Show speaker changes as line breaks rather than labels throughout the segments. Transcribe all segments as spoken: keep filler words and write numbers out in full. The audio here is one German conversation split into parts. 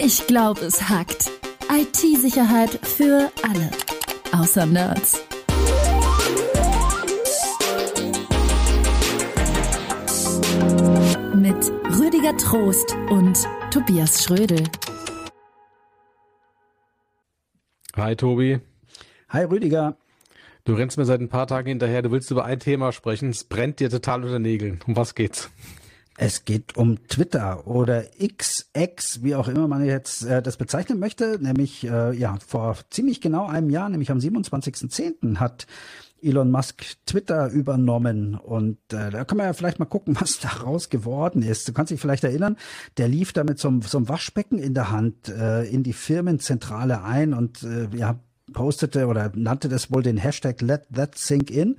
Ich glaube, es hackt. I T-Sicherheit für alle. Außer Nerds. Mit Rüdiger Trost und Tobias Schrödel.
Hi Tobi.
Hi Rüdiger.
Du rennst mir seit ein paar Tagen hinterher, du willst über ein Thema sprechen, es brennt dir total unter den Nägeln. Um was geht's?
Es geht um Twitter oder X, X, wie auch immer man jetzt äh, das bezeichnen möchte. Nämlich äh, ja vor ziemlich genau einem Jahr, nämlich am siebenundzwanzigsten zehnten hat Elon Musk Twitter übernommen. Und äh, da kann man ja vielleicht mal gucken, was daraus geworden ist. Du kannst dich vielleicht erinnern, der lief da mit so einem, so einem Waschbecken in der Hand äh, in die Firmenzentrale ein und äh, ja postete oder nannte das wohl den Hashtag Let That Sink In.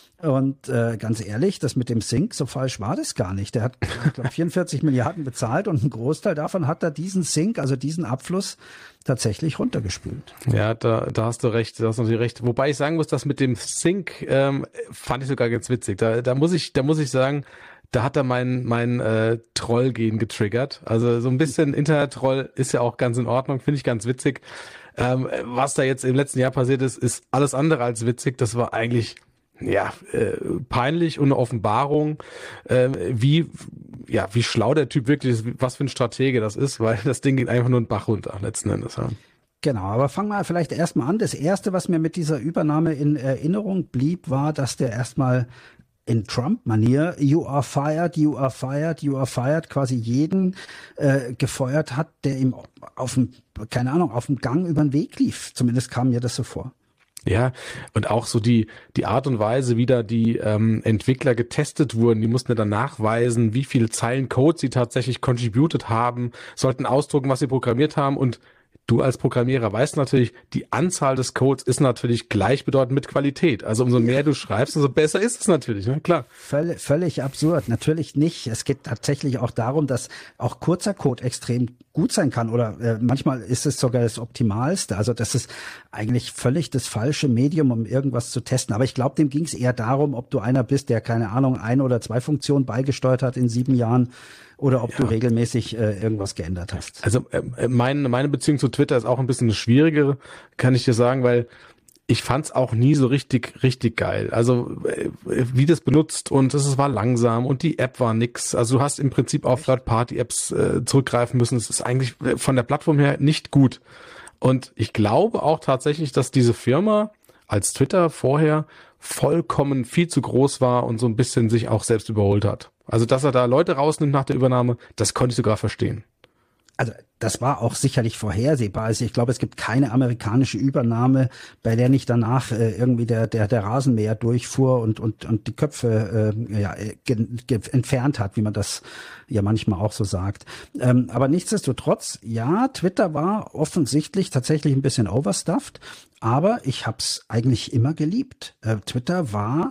Und äh, ganz ehrlich, das mit dem Sync, so falsch war das gar nicht. Der hat, ich glaube, vierundvierzig Milliarden bezahlt und ein Großteil davon hat er diesen Sync, also diesen Abfluss, tatsächlich runtergespült.
Ja, da, da hast du recht, da hast du natürlich recht. Wobei ich sagen muss, das mit dem Sync ähm, fand ich sogar ganz witzig. Da, da muss ich, da muss ich sagen, da hat er mein mein äh, Troll-Gen getriggert. Also so ein bisschen Internet-Troll ist ja auch ganz in Ordnung, finde ich ganz witzig. Ähm, was da jetzt im letzten Jahr passiert ist, ist alles andere als witzig. Das war eigentlich ja äh, peinlich und eine Offenbarung, äh, wie ja wie schlau der Typ wirklich ist, was für ein Stratege das ist, weil das Ding geht einfach nur einen Bach runter letzten Endes. Ja.
Genau, aber fangen wir vielleicht erstmal an. Das Erste, was mir mit dieser Übernahme in Erinnerung blieb, war, dass der erstmal in Trump-Manier, you are fired, you are fired, you are fired, quasi jeden äh, gefeuert hat, der ihm auf dem, keine Ahnung, auf dem Gang über den Weg lief. Zumindest kam mir das so vor.
Ja, und auch so die die Art und Weise, wie da die ähm, Entwickler getestet wurden, die mussten ja dann nachweisen, wie viele Zeilen Code sie tatsächlich contributed haben, sollten ausdrucken, was sie programmiert haben, und du als Programmierer weißt natürlich, die Anzahl des Codes ist natürlich gleichbedeutend mit Qualität. Also umso mehr du schreibst, umso besser ist es natürlich, ne? Klar.
Völlig, völlig absurd. Natürlich nicht. Es geht tatsächlich auch darum, dass auch kurzer Code extrem gut sein kann oder äh, manchmal ist es sogar das Optimalste. Also das ist eigentlich völlig das falsche Medium, um irgendwas zu testen. Aber ich glaube, dem ging es eher darum, ob du einer bist, der, keine Ahnung, ein oder zwei Funktionen beigesteuert hat in sieben Jahren. Oder ob ja. du regelmäßig äh, irgendwas geändert hast.
Also äh, mein, meine Beziehung zu Twitter ist auch ein bisschen eine schwierigere, kann ich dir sagen, weil ich fand's auch nie so richtig, richtig geil. Also äh, wie das benutzt, und es war langsam und die App war nix. Also du hast im Prinzip auf Third-Party-Apps äh, zurückgreifen müssen. Es ist eigentlich von der Plattform her nicht gut. Und ich glaube auch tatsächlich, dass diese Firma als Twitter vorher vollkommen viel zu groß war und so ein bisschen sich auch selbst überholt hat. Also, dass er da Leute rausnimmt nach der Übernahme, das konnte ich sogar verstehen.
Also, das war auch sicherlich vorhersehbar. Also, ich glaube, es gibt keine amerikanische Übernahme, bei der nicht danach äh, irgendwie der, der, der Rasenmäher durchfuhr und, und, und die Köpfe äh, ja, ge, ge, entfernt hat, wie man das ja manchmal auch so sagt. Ähm, aber nichtsdestotrotz, ja, Twitter war offensichtlich tatsächlich ein bisschen overstuffed, aber ich hab's eigentlich immer geliebt. Äh, Twitter war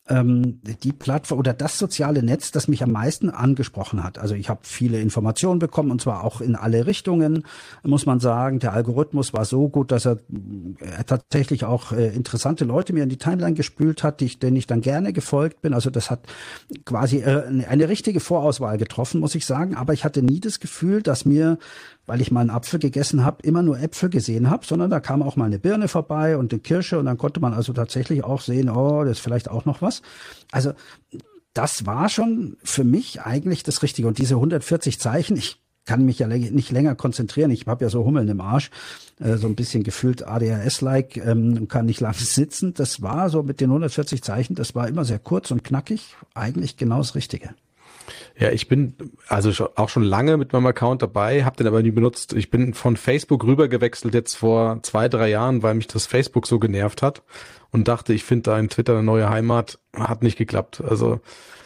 die Plattform oder das soziale Netz, das mich am meisten angesprochen hat. Also ich habe viele Informationen bekommen, und zwar auch in alle Richtungen, muss man sagen. Der Algorithmus war so gut, dass er, er tatsächlich auch äh, interessante Leute mir in die Timeline gespült hat, die ich, denen ich dann gerne gefolgt bin. Also das hat quasi äh, eine richtige Vorauswahl getroffen, muss ich sagen. Aber ich hatte nie das Gefühl, dass mir, weil ich mal einen Apfel gegessen habe, immer nur Äpfel gesehen habe, sondern da kam auch mal eine Birne vorbei und eine Kirsche, und dann konnte man also tatsächlich auch sehen, oh, das ist vielleicht auch noch was. Also das war schon für mich eigentlich das Richtige. Und diese hundertvierzig Zeichen, ich kann mich ja nicht länger konzentrieren, ich habe ja so Hummeln im Arsch, äh, so ein bisschen gefühlt A D H S-like, ähm, kann nicht lange sitzen. Das war so mit den hundertvierzig Zeichen, das war immer sehr kurz und knackig, eigentlich genau das Richtige.
Ja, ich bin also auch schon lange mit meinem Account dabei, habe den aber nie benutzt. Ich bin von Facebook rüber gewechselt jetzt vor zwei, drei Jahren, weil mich das Facebook so genervt hat und dachte, ich finde da in Twitter eine neue Heimat. Hat nicht geklappt. Also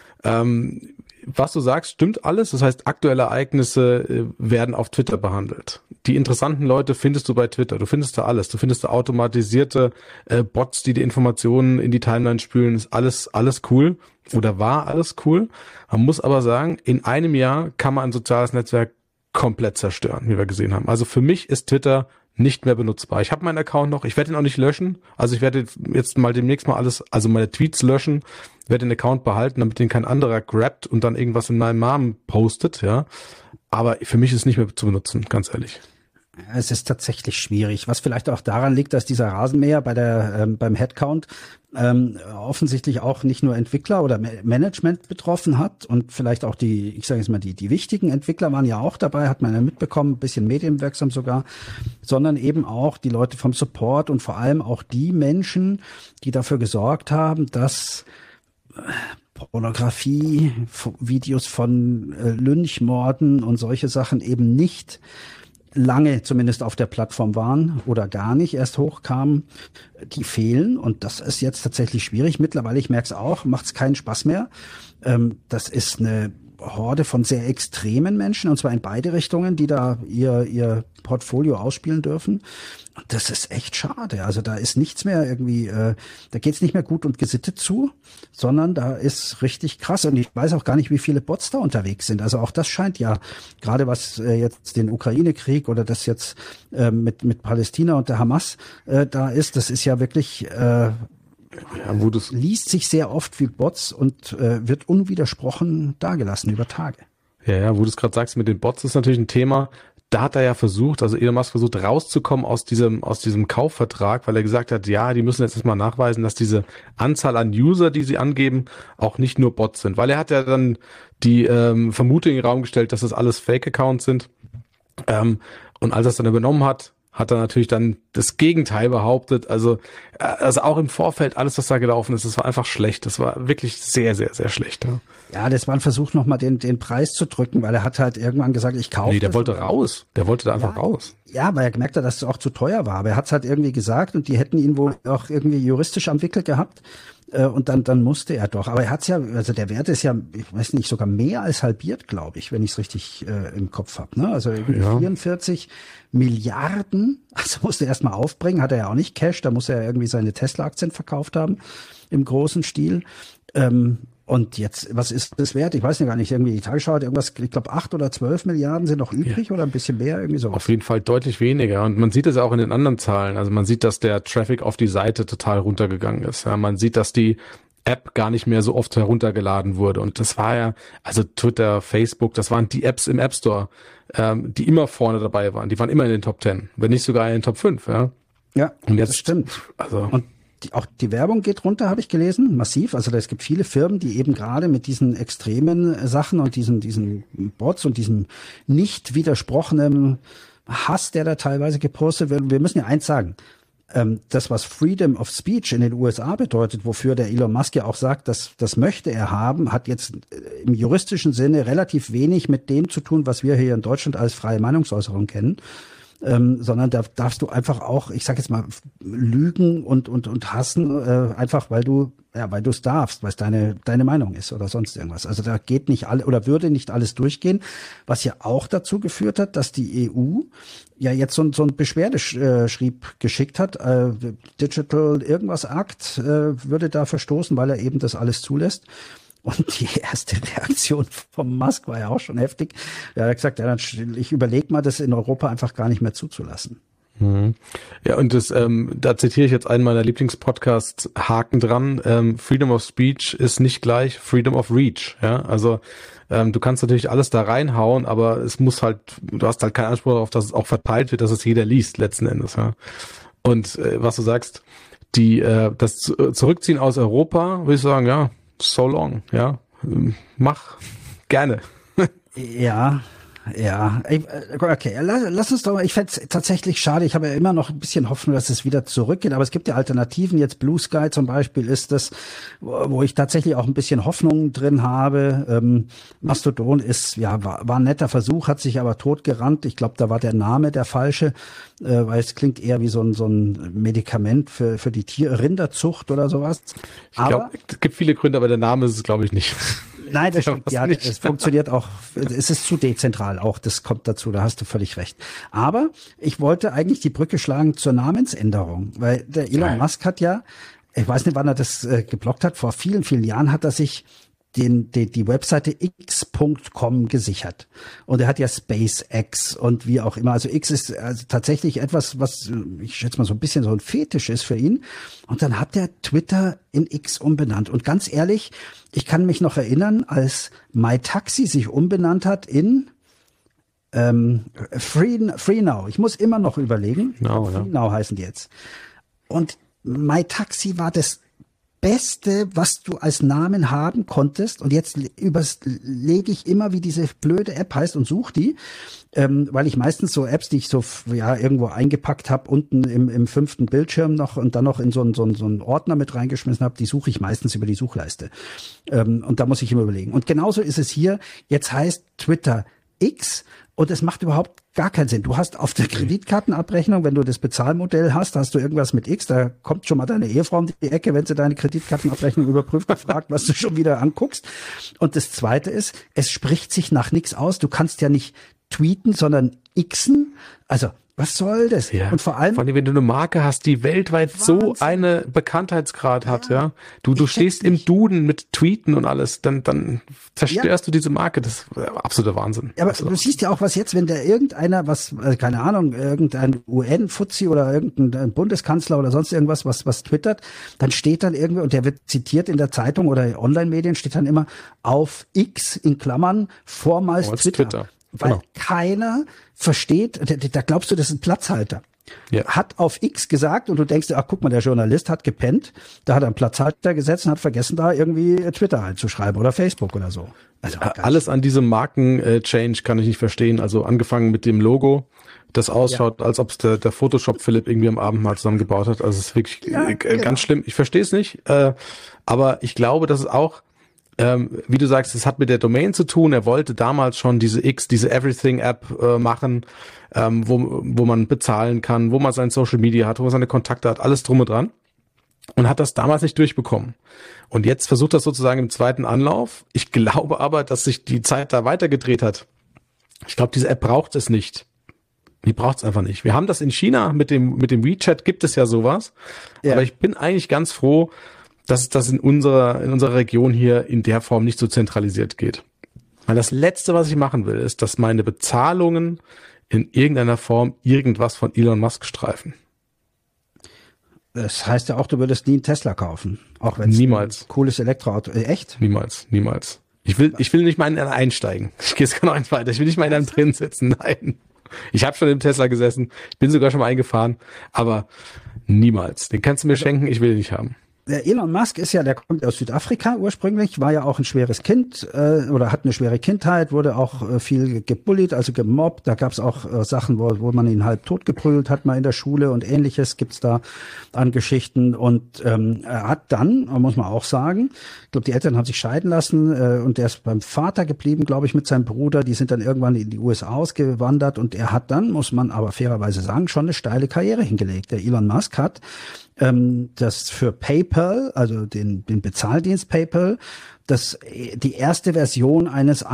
ähm, was du sagst, stimmt alles. Das heißt, aktuelle Ereignisse äh, werden auf Twitter behandelt. Die interessanten Leute findest du bei Twitter. Du findest da alles. Du findest da automatisierte äh, Bots, die die Informationen in die Timeline spülen. Ist alles, alles cool. Oder war alles cool. Man muss aber sagen, in einem Jahr kann man ein soziales Netzwerk komplett zerstören, wie wir gesehen haben. Also für mich ist Twitter nicht mehr benutzbar. Ich habe meinen Account noch, ich werde ihn auch nicht löschen. Also ich werde jetzt mal demnächst mal alles, also meine Tweets löschen, werde den Account behalten, damit den kein anderer grabt und dann irgendwas in meinem Namen postet, ja. aber für mich ist es nicht mehr zu benutzen, ganz ehrlich.
Es ist tatsächlich schwierig, was vielleicht auch daran liegt, dass dieser Rasenmäher bei der ähm, beim Headcount ähm, offensichtlich auch nicht nur Entwickler oder Ma- Management betroffen hat und vielleicht auch die, ich sage jetzt mal, die die wichtigen Entwickler waren ja auch dabei, hat man ja mitbekommen, ein bisschen medienwirksam sogar, sondern eben auch die Leute vom Support und vor allem auch die Menschen, die dafür gesorgt haben, dass Pornografie, Videos von äh, Lynchmorden und solche Sachen eben nicht lange zumindest auf der Plattform waren oder gar nicht erst hochkamen, die fehlen. Und das ist jetzt tatsächlich schwierig. Mittlerweile, ich merke es auch, macht es keinen Spaß mehr. Ähm, das ist eine Horde von sehr extremen Menschen, und zwar in beide Richtungen, die da ihr ihr Portfolio ausspielen dürfen. Und das ist echt schade. Also da ist nichts mehr irgendwie, äh, da geht's nicht mehr gut und gesittet zu, sondern da ist richtig krass. Und ich weiß auch gar nicht, wie viele Bots da unterwegs sind. Also auch das scheint ja, gerade was äh, jetzt den Ukraine-Krieg oder das jetzt äh, mit mit Palästina und der Hamas äh, da ist, das ist ja wirklich äh,
Ja, wo das
liest sich sehr oft wie Bots und äh, wird unwidersprochen dagelassen über Tage.
Ja, ja, wo du es gerade sagst mit den Bots, ist natürlich ein Thema. Da hat er ja versucht, also Elon Musk versucht rauszukommen aus diesem aus diesem Kaufvertrag, weil er gesagt hat, ja, die müssen jetzt erstmal nachweisen, dass diese Anzahl an User, die sie angeben, auch nicht nur Bots sind. Weil er hat ja dann die ähm, Vermutung in den Raum gestellt, dass das alles Fake-Accounts sind. Ähm, und als er es dann übernommen hat, hat er natürlich dann das Gegenteil behauptet. Also, also auch im Vorfeld, alles, was da gelaufen ist, das war einfach schlecht. Das war wirklich sehr, sehr, sehr schlecht. Ja,
ja das war ein Versuch, nochmal den, den Preis zu drücken, weil er hat halt irgendwann gesagt, ich kaufe
Nee, der
das.
wollte raus. Der wollte da einfach
ja,
raus.
Ja, weil er gemerkt hat, dass es auch zu teuer war. Aber er hat es halt irgendwie gesagt und die hätten ihn wohl auch irgendwie juristisch am Wickel gehabt. Und dann, dann musste er doch. Aber er hat's ja, also der Wert ist ja, ich weiß nicht, sogar mehr als halbiert, glaube ich, wenn ich es richtig äh, im Kopf habe. Ne? Also irgendwie
Ja.
vierundvierzig Milliarden. Also musste er erst mal aufbringen, hat er ja auch nicht Cash, da muss er irgendwie seine Tesla-Aktien verkauft haben im großen Stil. Ähm, und jetzt, was ist das wert? Ich weiß ja gar nicht, irgendwie die Tagesschau hat irgendwas, ich glaube acht oder zwölf Milliarden sind noch übrig ja. oder ein bisschen mehr, irgendwie so.
Auf jeden Fall deutlich weniger. Und man sieht es auch in den anderen Zahlen. Also man sieht, dass der Traffic auf die Seite total runtergegangen ist. Ja, man sieht, dass die App gar nicht mehr so oft heruntergeladen wurde. Und das war ja, also Twitter, Facebook, das waren die Apps im App Store, ähm, die immer vorne dabei waren. Die waren immer in den Top Ten, wenn nicht sogar in den Top fünf. Ja,
ja
und jetzt,
das stimmt.
Also
und Die, auch die Werbung geht runter, habe ich gelesen, massiv. Also es gibt viele Firmen, die eben gerade mit diesen extremen Sachen und diesen diesen Bots und diesem nicht widersprochenen Hass, der da teilweise gepostet wird. Wir müssen ja eins sagen, ähm, das, was Freedom of Speech in den U S A bedeutet, wofür der Elon Musk ja auch sagt, dass das möchte er haben, hat jetzt im juristischen Sinne relativ wenig mit dem zu tun, was wir hier in Deutschland als freie Meinungsäußerung kennen. Ähm, sondern da darfst du einfach auch, ich sag jetzt mal, lügen und und und hassen, äh, einfach weil du, ja, weil du es darfst, weil es deine deine Meinung ist oder sonst irgendwas. Also da geht nicht alle oder würde nicht alles durchgehen, was ja auch dazu geführt hat, dass die E U ja jetzt so, so ein Beschwerdeschrieb geschickt hat, äh, Digital irgendwas Act äh, würde da verstoßen, weil er eben das alles zulässt. Und die erste Reaktion vom Musk war ja auch schon heftig. Er hat gesagt, ja, dann, ich überlege mal, das in Europa einfach gar nicht mehr zuzulassen.
Mhm. Ja, und das, ähm, da zitiere ich jetzt einen meiner Lieblingspodcasts, Haken dran, ähm, Freedom of Speech ist nicht gleich Freedom of Reach. Ja, also ähm, du kannst natürlich alles da reinhauen, aber es muss halt, du hast halt keinen Anspruch darauf, dass es auch verteilt wird, dass es jeder liest, letzten Endes. Ja. Und äh, was du sagst, die äh, das Zurückziehen aus Europa, würde ich sagen, ja, so long, ja, mach gerne.
Ja, ja, okay, lass, lass uns doch mal, ich fände es tatsächlich schade, ich habe ja immer noch ein bisschen Hoffnung, dass es wieder zurückgeht, aber es gibt ja Alternativen, jetzt Blue Sky zum Beispiel ist das, wo ich tatsächlich auch ein bisschen Hoffnung drin habe. Ähm, Mastodon ist, ja, war, war ein netter Versuch, hat sich aber totgerannt, ich glaube, da war der Name der falsche, äh, weil es klingt eher wie so ein, so ein Medikament für, für die Tier Rinderzucht oder sowas.
Ich glaube, es gibt viele Gründe, aber der Name ist es, glaube ich, nicht.
Nein, das stimmt. Ja, es funktioniert auch. Es ist zu dezentral auch. Das kommt dazu. Da hast du völlig recht. Aber ich wollte eigentlich die Brücke schlagen zur Namensänderung, weil der Elon Nein. Musk hat ja, ich weiß nicht, wann er das äh, geblockt hat. Vor vielen, vielen Jahren hat er sich den, die, die Webseite x Punkt com gesichert. Und er hat ja SpaceX und wie auch immer. Also X ist also tatsächlich etwas, was, ich schätze mal, so ein bisschen so ein Fetisch ist für ihn. Und dann hat er Twitter in X umbenannt. Und ganz ehrlich, ich kann mich noch erinnern, als MyTaxi sich umbenannt hat in ähm, Free, Free Now. Ich muss immer noch überlegen.
Now,
Free
ja.
Now heißen die jetzt. Und MyTaxi war das Beste, was du als Namen haben konntest. Und jetzt überlege ich immer, wie diese blöde App heißt und suche die, ähm, weil ich meistens so Apps, die ich so ja irgendwo eingepackt habe, unten im, im fünften Bildschirm noch und dann noch in so einen so einen, so einen Ordner mit reingeschmissen habe, die suche ich meistens über die Suchleiste. Ähm, und da muss ich immer überlegen. Und genauso ist es hier. Jetzt heißt Twitter X. Und es macht überhaupt gar keinen Sinn. Du hast auf der Kreditkartenabrechnung, wenn du das Bezahlmodell hast, hast du irgendwas mit X, da kommt schon mal deine Ehefrau um die Ecke, wenn sie deine Kreditkartenabrechnung überprüft und fragt, was du schon wieder anguckst. Und das Zweite ist, es spricht sich nach nichts aus. Du kannst ja nicht tweeten, sondern Xen. Also, was soll das?
Ja.
Und vor allem,
vor allem, wenn du eine Marke hast, die weltweit
Wahnsinn.
so eine Bekanntheitsgrad hat, ja. Du, du
Ich
stehst
check's
im
nicht.
Duden mit Tweeten und alles, dann, dann zerstörst
Ja.
du diese Marke. Das ist absoluter Wahnsinn.
Ja, aber
Also,
du siehst ja auch, was jetzt, wenn da irgendeiner, was, äh, keine Ahnung, irgendein U N-Fuzzi oder irgendein Bundeskanzler oder sonst irgendwas, was, was twittert, dann steht dann irgendwie, und der wird zitiert in der Zeitung oder Online-Medien, steht dann immer auf X in Klammern, vormals
Vormals
Twitter.
Twitter.
Weil
Genau.
keiner versteht, da, da glaubst du, das ist ein Platzhalter.
Ja.
Hat auf X gesagt und du denkst dir, ach guck mal, der Journalist hat gepennt, da hat er einen Platzhalter gesetzt und hat vergessen, da irgendwie Twitter einzuschreiben oder Facebook oder so. Also ganz
Alles an diesem Marken-Change kann ich nicht verstehen. Also angefangen mit dem Logo, das ausschaut, als ob es der, der Photoshop-Philipp irgendwie am Abend mal zusammengebaut hat. Also es ist wirklich
Ja,
äh,
genau.
ganz schlimm. Ich verstehe es nicht, äh, aber ich glaube, dass es auch, ähm, wie du sagst, es hat mit der Domain zu tun. Er wollte damals schon diese X, diese Everything-App äh, machen, ähm, wo, wo man bezahlen kann, wo man sein Social Media hat, wo man seine Kontakte hat, alles drum und dran. Und hat das damals nicht durchbekommen. Und jetzt versucht das sozusagen im zweiten Anlauf. Ich glaube aber, dass sich die Zeit da weitergedreht hat. Ich glaube, diese App braucht es nicht. Die braucht es einfach nicht. Wir haben das in China mit dem mit dem WeChat, gibt es ja sowas.
Ja.
Aber ich bin eigentlich ganz froh, dass das in unserer in unserer Region hier in der Form nicht so zentralisiert geht. Weil das Letzte, was ich machen will, ist, dass meine Bezahlungen in irgendeiner Form irgendwas von Elon Musk streifen.
Das heißt ja auch, du würdest nie einen Tesla kaufen. Auch wenn es
Niemals.
ein cooles Elektroauto äh, echt?
Niemals, niemals. Ich will, ich will nicht mal in einen einsteigen. Ich gehe jetzt gar noch eins weiter. Ich will nicht mal in einem drin sitzen. Nein. Ich habe schon im Tesla gesessen. Ich bin sogar schon mal eingefahren. Aber niemals. Den kannst du mir schenken. Ich will ihn nicht haben.
Der Elon Musk ist ja, der kommt aus Südafrika ursprünglich, war ja auch ein schweres Kind äh, oder hat eine schwere Kindheit, wurde auch äh, viel gebullied, also gemobbt. Da gab es auch äh, Sachen, wo, wo man ihn halb tot geprügelt hat, mal in der Schule und ähnliches gibt's da an Geschichten. Und ähm, er hat dann, muss man auch sagen, ich glaube, die Eltern haben sich scheiden lassen äh, und er ist beim Vater geblieben, glaube ich, mit seinem Bruder. Die sind dann irgendwann in die U S A ausgewandert und er hat dann, muss man aber fairerweise sagen, schon eine steile Karriere hingelegt. Der Elon Musk hat ähm, das für PayPal, also den, den Bezahldienst PayPal, das die erste Version eines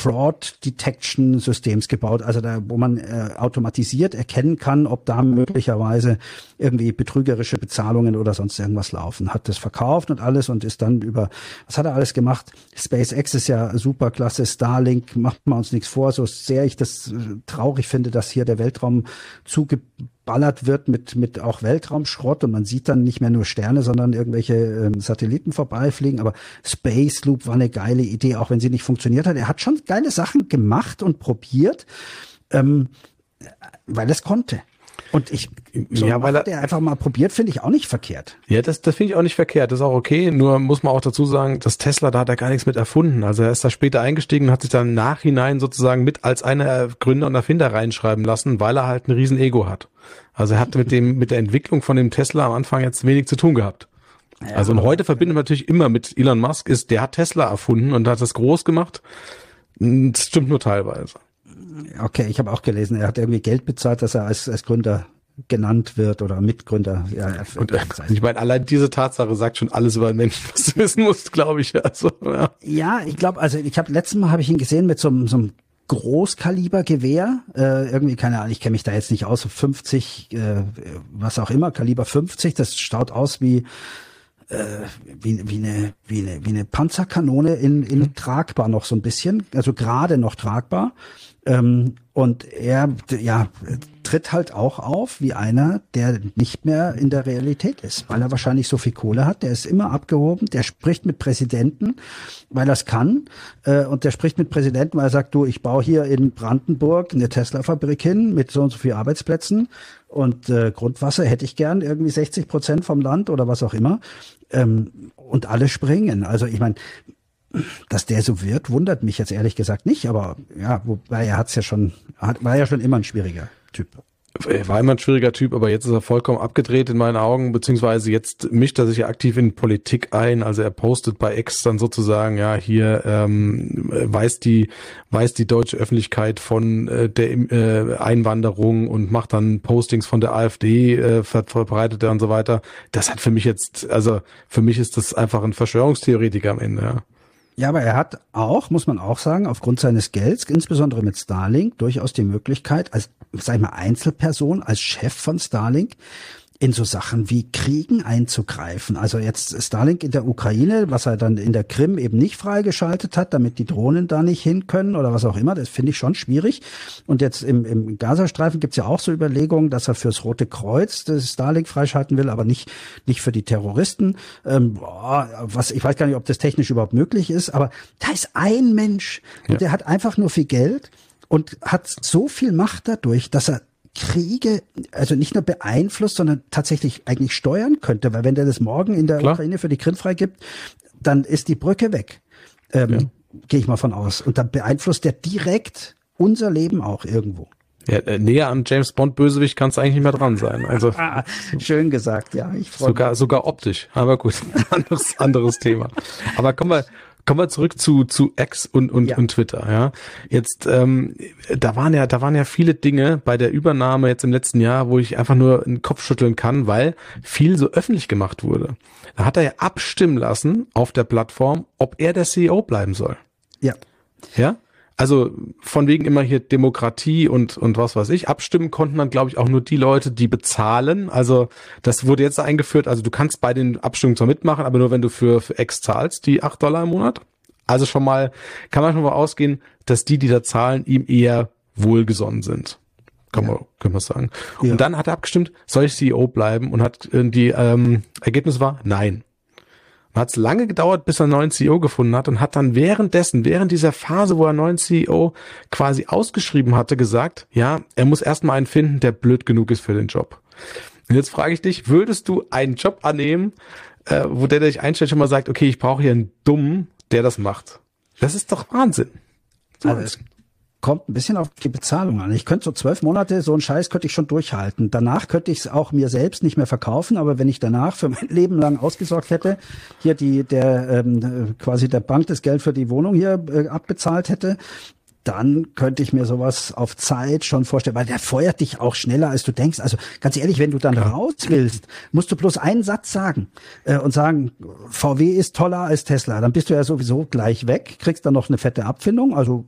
Anti-Fraud-Detection-Systems gebaut, also da, wo man äh, automatisiert erkennen kann, ob da möglicherweise irgendwie betrügerische Bezahlungen oder sonst irgendwas laufen. Hat das verkauft und alles und ist dann über, was hat er alles gemacht? SpaceX ist ja super klasse, Starlink, macht man uns nichts vor, so sehr ich das äh, traurig finde, dass hier der Weltraum zugeballert wird mit mit auch Weltraumschrott und man sieht dann nicht mehr nur Sterne, sondern irgendwelche ähm, Satelliten vorbeifliegen, aber Space Loop war eine geile Idee, auch wenn sie nicht funktioniert hat. Er hat schon geile Sachen gemacht und probiert, ähm, weil es konnte. Und ich, so
Ja, weil er-
hat er einfach mal probiert, finde ich auch nicht verkehrt.
Ja, das, das finde ich auch nicht verkehrt. Das ist auch okay. Nur muss man auch dazu sagen, dass Tesla, da hat er gar nichts mit erfunden. Also er ist da später eingestiegen und hat sich dann im Nachhinein sozusagen mit als einer der Gründer und Erfinder reinschreiben lassen, weil er halt ein riesen Ego hat. Also er hat mit dem, mit der Entwicklung von dem Tesla am Anfang jetzt wenig zu tun gehabt.
Ja,
Also und heute verbindet man natürlich immer mit Elon Musk, ist, der hat Tesla erfunden und hat das groß gemacht. Das stimmt nur teilweise.
Okay, ich habe auch gelesen, er hat irgendwie Geld bezahlt, dass er als, als Gründer genannt wird oder Mitgründer. Ja, er-
Und äh, ich meine, allein diese Tatsache sagt schon alles über einen Menschen, was du wissen musst, glaube ich. Also, ja.
Ja, ich glaube, also ich habe letztes Mal habe ich ihn gesehen mit so, einem- so einem Großkalibergewehr, äh, irgendwie, keine Ahnung, ich kenne mich da jetzt nicht aus, so fünfzig, äh, was auch immer, Kaliber fünfzig, das schaut aus wie äh, wie, wie, eine, wie, eine, wie eine Panzerkanone in, in
Mhm.
tragbar noch so ein bisschen, also gerade noch tragbar. Ähm, und er, ja, tritt halt auch auf wie einer, der nicht mehr in der Realität ist, weil er wahrscheinlich so viel Kohle hat. Der ist immer abgehoben, der spricht mit Präsidenten, weil er es kann. Äh, und der spricht mit Präsidenten, weil er sagt, du, ich baue hier in Brandenburg eine Tesla-Fabrik hin mit so und so vielen Arbeitsplätzen. Und äh, Grundwasser hätte ich gern, irgendwie sechzig Prozent vom Land oder was auch immer. Ähm, und alle springen. Also ich meine, dass der so wird, wundert mich jetzt ehrlich gesagt nicht. Aber ja, wobei er hat's ja schon, hat, war ja schon immer ein schwieriger Typ.
Er war immer ein schwieriger Typ, aber jetzt ist er vollkommen abgedreht in meinen Augen, beziehungsweise jetzt mischt er sich ja aktiv in Politik ein. Also er postet bei X dann sozusagen, ja, hier ähm, weiß die weiß die deutsche Öffentlichkeit von äh, der äh, Einwanderung und macht dann Postings von der AfD, äh, ver verbreitet er und so weiter. Das hat für mich jetzt, also für mich ist das einfach ein Verschwörungstheoretiker am Ende, ja.
Ja, aber er hat auch, muss man auch sagen, aufgrund seines Gelds, insbesondere mit Starlink, durchaus die Möglichkeit, als, sag ich mal, Einzelperson, als Chef von Starlink, in so Sachen wie Kriegen einzugreifen. Also jetzt Starlink in der Ukraine, was er dann in der Krim eben nicht freigeschaltet hat, damit die Drohnen da nicht hin können oder was auch immer, das finde ich schon schwierig. Und jetzt im, im Gazastreifen gibt's ja auch so Überlegungen, dass er fürs Rote Kreuz das Starlink freischalten will, aber nicht nicht für die Terroristen. Ähm, boah, was ich weiß gar nicht, ob das technisch überhaupt möglich ist, aber da ist ein Mensch und ja. der hat einfach nur viel Geld und hat so viel Macht dadurch, dass er Kriege, also nicht nur beeinflusst, sondern tatsächlich eigentlich steuern könnte, weil wenn der das morgen in der Klar. Ukraine für die Krim freigibt, dann ist die Brücke weg. Ähm, ja. Gehe ich mal von aus. Und dann beeinflusst der direkt unser Leben auch irgendwo.
Ja, äh, näher an James Bond Bösewicht kannst du eigentlich nicht mehr dran sein. Also
schön gesagt, ja. Ich freue
sogar mich. sogar optisch, aber gut, anderes anderes Thema. Aber kommen wir Kommen wir zurück zu zu X und und ja. und Twitter, ja. Jetzt ähm, da waren ja da waren ja viele Dinge bei der Übernahme jetzt im letzten Jahr, wo ich einfach nur den Kopf schütteln kann, weil viel so öffentlich gemacht wurde. Da hat er ja abstimmen lassen auf der Plattform, ob er der C E O bleiben soll.
Ja.
Ja? Also von wegen immer hier Demokratie und und was weiß ich. Abstimmen konnten dann, glaube ich, auch nur die Leute, die bezahlen. Also das wurde jetzt eingeführt. Also du kannst bei den Abstimmungen zwar mitmachen, aber nur wenn du für, für X zahlst, die acht Dollar im Monat. Also schon mal, kann man schon mal ausgehen, dass die, die da zahlen, ihm eher wohlgesonnen sind. Kann man, ja. können wir sagen. Ja. Und dann hat er abgestimmt, soll ich C E O bleiben? Und hat die ähm, Ergebnis war, nein. Hat es lange gedauert, bis er einen neuen C E O gefunden hat und hat dann währenddessen, während dieser Phase, wo er einen neuen C E O quasi ausgeschrieben hatte, gesagt, ja, er muss erstmal einen finden, der blöd genug ist für den Job. Und jetzt frage ich dich, würdest du einen Job annehmen, äh, wo der, der dich einstellt, schon mal sagt, okay, ich brauche hier einen Dummen, der das macht? Das ist doch Wahnsinn. So
also kommt ein bisschen auf die Bezahlung an. Ich könnte so zwölf Monate, so einen Scheiß könnte ich schon durchhalten. Danach könnte ich es auch mir selbst nicht mehr verkaufen, aber wenn ich danach für mein Leben lang ausgesorgt hätte, hier die der ähm, quasi der Bank das Geld für die Wohnung hier äh, abbezahlt hätte, dann könnte ich mir sowas auf Zeit schon vorstellen, weil der feuert dich auch schneller, als du denkst. Also ganz ehrlich, wenn du dann ja. raus willst, musst du bloß einen Satz sagen äh, und sagen, V W ist toller als Tesla. Dann bist du ja sowieso gleich weg, kriegst dann noch eine fette Abfindung, also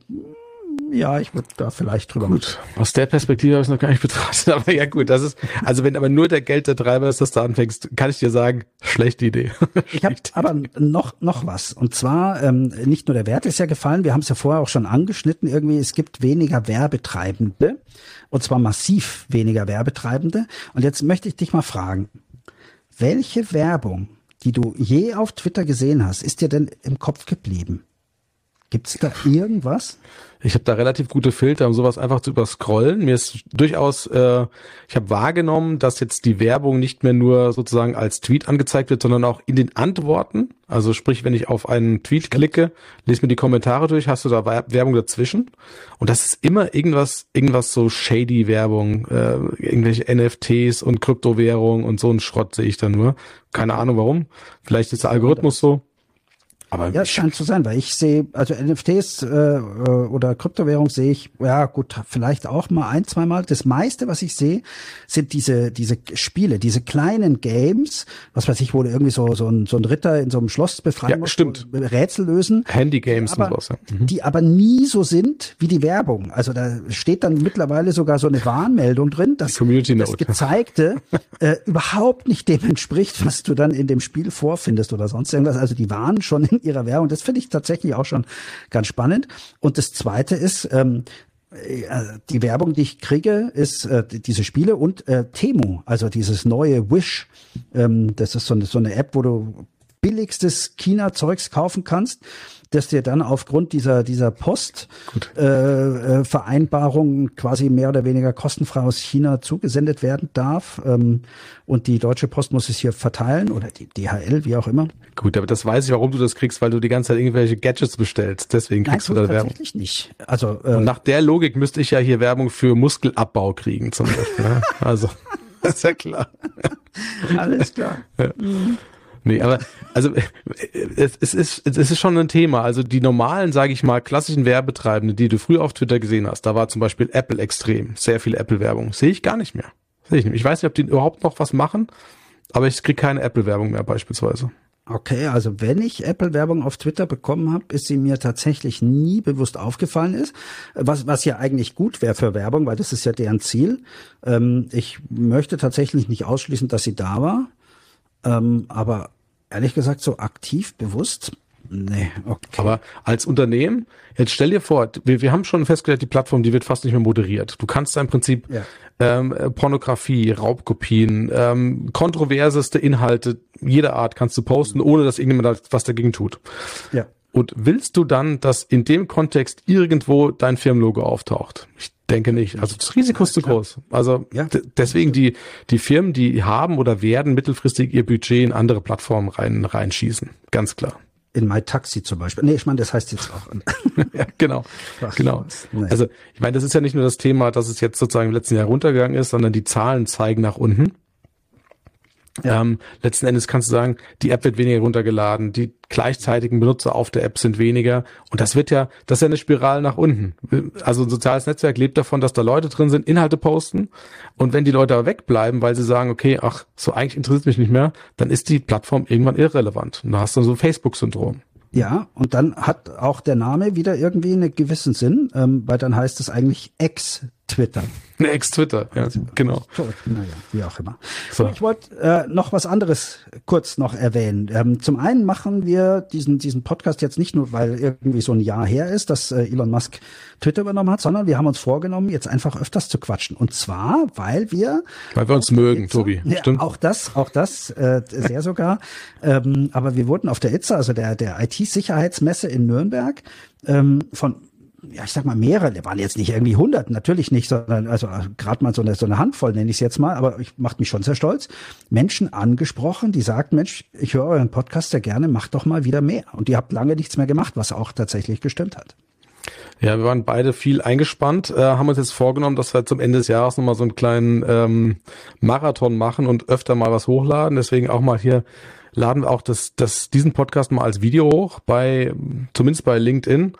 ja, ich würde da vielleicht drüber.
Gut, aus der Perspektive habe ich es noch gar nicht betrachtet, aber ja gut, das ist, also wenn aber nur der Geld der Treiber ist, dass du anfängst, kann ich dir sagen, schlechte Idee.
Ich habe aber noch noch was, und zwar ähm, nicht nur der Wert ist ja gefallen, wir haben es ja vorher auch schon angeschnitten, irgendwie es gibt weniger Werbetreibende, und zwar massiv weniger Werbetreibende, und jetzt möchte ich dich mal fragen, welche Werbung, die du je auf Twitter gesehen hast, ist dir denn im Kopf geblieben? Gibt's da irgendwas?
Ich habe da relativ gute Filter, um sowas einfach zu überscrollen. Mir ist durchaus, äh, ich habe wahrgenommen, dass jetzt die Werbung nicht mehr nur sozusagen als Tweet angezeigt wird, sondern auch in den Antworten. Also sprich, wenn ich auf einen Tweet klicke, lese mir die Kommentare durch, hast du da Werbung dazwischen. Und das ist immer irgendwas, irgendwas so shady Werbung, äh, irgendwelche N F Ts und Kryptowährung und so ein Schrott sehe ich da nur. Keine Ahnung warum. Vielleicht ist der Algorithmus so. Aber
ja, es scheint zu sein, weil ich sehe, also N F Ts äh, oder Kryptowährung sehe ich, ja gut, vielleicht auch mal ein, zwei Mal. Das meiste, was ich sehe, sind diese diese Spiele, diese kleinen Games, was weiß ich, wo du irgendwie so so ein, so ein Ritter in so einem Schloss befreien
ja,
musst,
stimmt.
Rätsel lösen.
Handy-Games
und
sowas. Ja. Mhm.
Die aber nie so sind wie die Werbung. Also da steht dann mittlerweile sogar so eine Warnmeldung drin, dass das Gezeigte äh, überhaupt nicht dem entspricht, was du dann in dem Spiel vorfindest oder sonst irgendwas. Also die warnen schon in ihrer Werbung. Das finde ich tatsächlich auch schon ganz spannend. Und das Zweite ist, ähm, Die Werbung, die ich kriege, ist äh, diese Spiele und äh, Temu, also dieses neue Wish. Ähm, das ist so eine, so eine App, wo du billigstes China-Zeugs kaufen kannst, dass dir dann aufgrund dieser dieser Postvereinbarung äh, äh, quasi mehr oder weniger kostenfrei aus China zugesendet werden darf. Ähm, und die Deutsche Post muss es hier verteilen oder die D H L, wie auch immer.
Gut, aber das weiß ich, warum du das kriegst, weil du die ganze Zeit irgendwelche Gadgets bestellst. Deswegen kriegst Nein, du da Werbung.
Tatsächlich nicht. Also äh,
und nach der Logik müsste ich ja hier Werbung für Muskelabbau kriegen zum Beispiel. Ne? Also, das ist ja klar.
Alles klar.
Ja. Mhm. Nee, aber also es, es ist es ist schon ein Thema. Also die normalen, sage ich mal, klassischen Werbetreibenden, die du früher auf Twitter gesehen hast, da war zum Beispiel Apple extrem, sehr viel Apple-Werbung. Sehe ich gar nicht mehr. Sehe ich nicht. Ich weiß nicht, ob die überhaupt noch was machen, aber ich kriege keine Apple-Werbung mehr beispielsweise.
Okay, also wenn ich Apple-Werbung auf Twitter bekommen habe, ist sie mir tatsächlich nie bewusst aufgefallen ist, was was ja eigentlich gut wäre für Werbung, weil das ist ja deren Ziel. Ähm, ich möchte tatsächlich nicht ausschließen, dass sie da war, ähm, aber ehrlich gesagt so aktiv, bewusst, nee, okay.
Aber als Unternehmen, jetzt stell dir vor, wir, wir haben schon festgestellt, die Plattform, die wird fast nicht mehr moderiert. Du kannst da im Prinzip ja. ähm, Pornografie, Raubkopien, ähm, kontroverseste Inhalte jeder Art kannst du posten, ohne dass irgendjemand was dagegen tut.
Ja.
Und willst du dann, dass in dem Kontext irgendwo dein Firmenlogo auftaucht? Ich denke nicht. Also das Risiko ist zu groß. Also ja. d- deswegen die die Firmen, die haben oder werden mittelfristig ihr Budget in andere Plattformen rein reinschießen. Ganz klar.
In MyTaxi zum Beispiel. Nee, ich meine, das heißt jetzt auch.
Ja, genau. Ach, genau. Nee. Also ich meine, das ist ja nicht nur das Thema, dass es jetzt sozusagen im letzten Jahr runtergegangen ist, sondern die Zahlen zeigen nach unten. Ja. Ähm, letzten Endes kannst du sagen, die App wird weniger runtergeladen, die gleichzeitigen Benutzer auf der App sind weniger und das wird ja, das ist ja eine Spirale nach unten. Also ein soziales Netzwerk lebt davon, dass da Leute drin sind, Inhalte posten und wenn die Leute aber wegbleiben, weil sie sagen, okay, ach, so eigentlich interessiert mich nicht mehr, dann ist die Plattform irgendwann irrelevant und da hast du so ein Facebook-Syndrom.
Ja, und dann hat auch der Name wieder irgendwie einen gewissen Sinn, ähm, weil dann heißt es eigentlich Ex-Twitter.
Ex-Twitter, ja, genau.
So, naja, wie auch immer. So. Ich wollte äh, noch was anderes kurz noch erwähnen. Ähm, zum einen machen wir diesen diesen Podcast jetzt nicht nur, weil irgendwie so ein Jahr her ist, dass äh, Elon Musk Twitter übernommen hat, sondern wir haben uns vorgenommen, jetzt einfach öfters zu quatschen. Und zwar, weil wir...
Weil wir uns mögen, Itza, Tobi.
Ja,
stimmt.
Auch das, auch das, äh, sehr sogar. ähm, aber wir wurden auf der Itza, also der der I T-Sicherheitsmesse in Nürnberg, ähm, von ja, ich sag mal mehrere, die waren jetzt nicht irgendwie hundert, natürlich nicht, sondern also gerade mal so eine so eine Handvoll nenne ich es jetzt mal, aber ich macht mich schon sehr stolz. Menschen angesprochen, die sagten, Mensch, ich höre euren Podcast sehr gerne, macht doch mal wieder mehr. Und ihr habt lange nichts mehr gemacht, was auch tatsächlich gestimmt hat.
Ja, wir waren beide viel eingespannt, äh, haben uns jetzt vorgenommen, dass wir zum Ende des Jahres nochmal so einen kleinen ähm, Marathon machen und öfter mal was hochladen. Deswegen auch mal hier laden wir auch das, das, diesen Podcast mal als Video hoch, bei zumindest bei LinkedIn.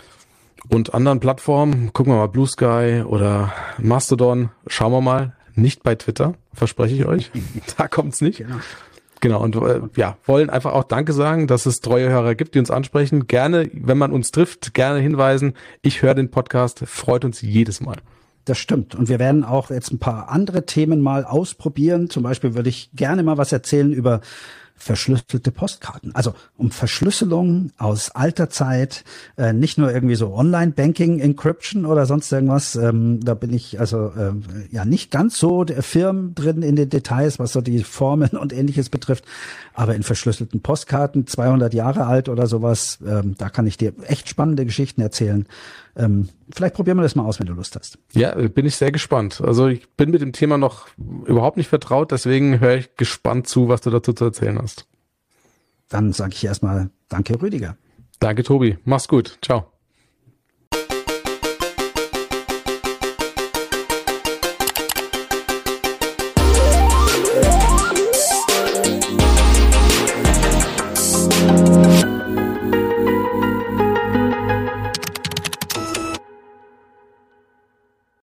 Und anderen Plattformen, gucken wir mal, Blue Sky oder Mastodon, schauen wir mal, nicht bei Twitter, verspreche ich euch, da kommt's nicht. Genau, genau und äh, ja, wollen einfach auch Danke sagen, dass es treue Hörer gibt, die uns ansprechen. Gerne, wenn man uns trifft, gerne hinweisen, ich höre den Podcast, freut uns jedes Mal.
Das stimmt. Und wir werden auch jetzt ein paar andere Themen mal ausprobieren. Zum Beispiel würde ich gerne mal was erzählen über verschlüsselte Postkarten. Also um Verschlüsselung aus alter Zeit, äh, nicht nur irgendwie so Online-Banking, Encryption oder sonst irgendwas. Ähm, da bin ich also ähm, ja nicht ganz so der Firmen drin in den Details, was so die Formen und Ähnliches betrifft. Aber in verschlüsselten Postkarten, zweihundert Jahre alt oder sowas, ähm, da kann ich dir echt spannende Geschichten erzählen. Ähm, vielleicht probieren wir das mal aus, wenn du Lust hast.
Ja, bin ich sehr gespannt. Also ich bin mit dem Thema noch überhaupt nicht vertraut, deswegen höre ich gespannt zu, was du dazu zu erzählen hast.
Dann sage ich erstmal Danke, Rüdiger.
Danke, Tobi. Mach's gut. Ciao.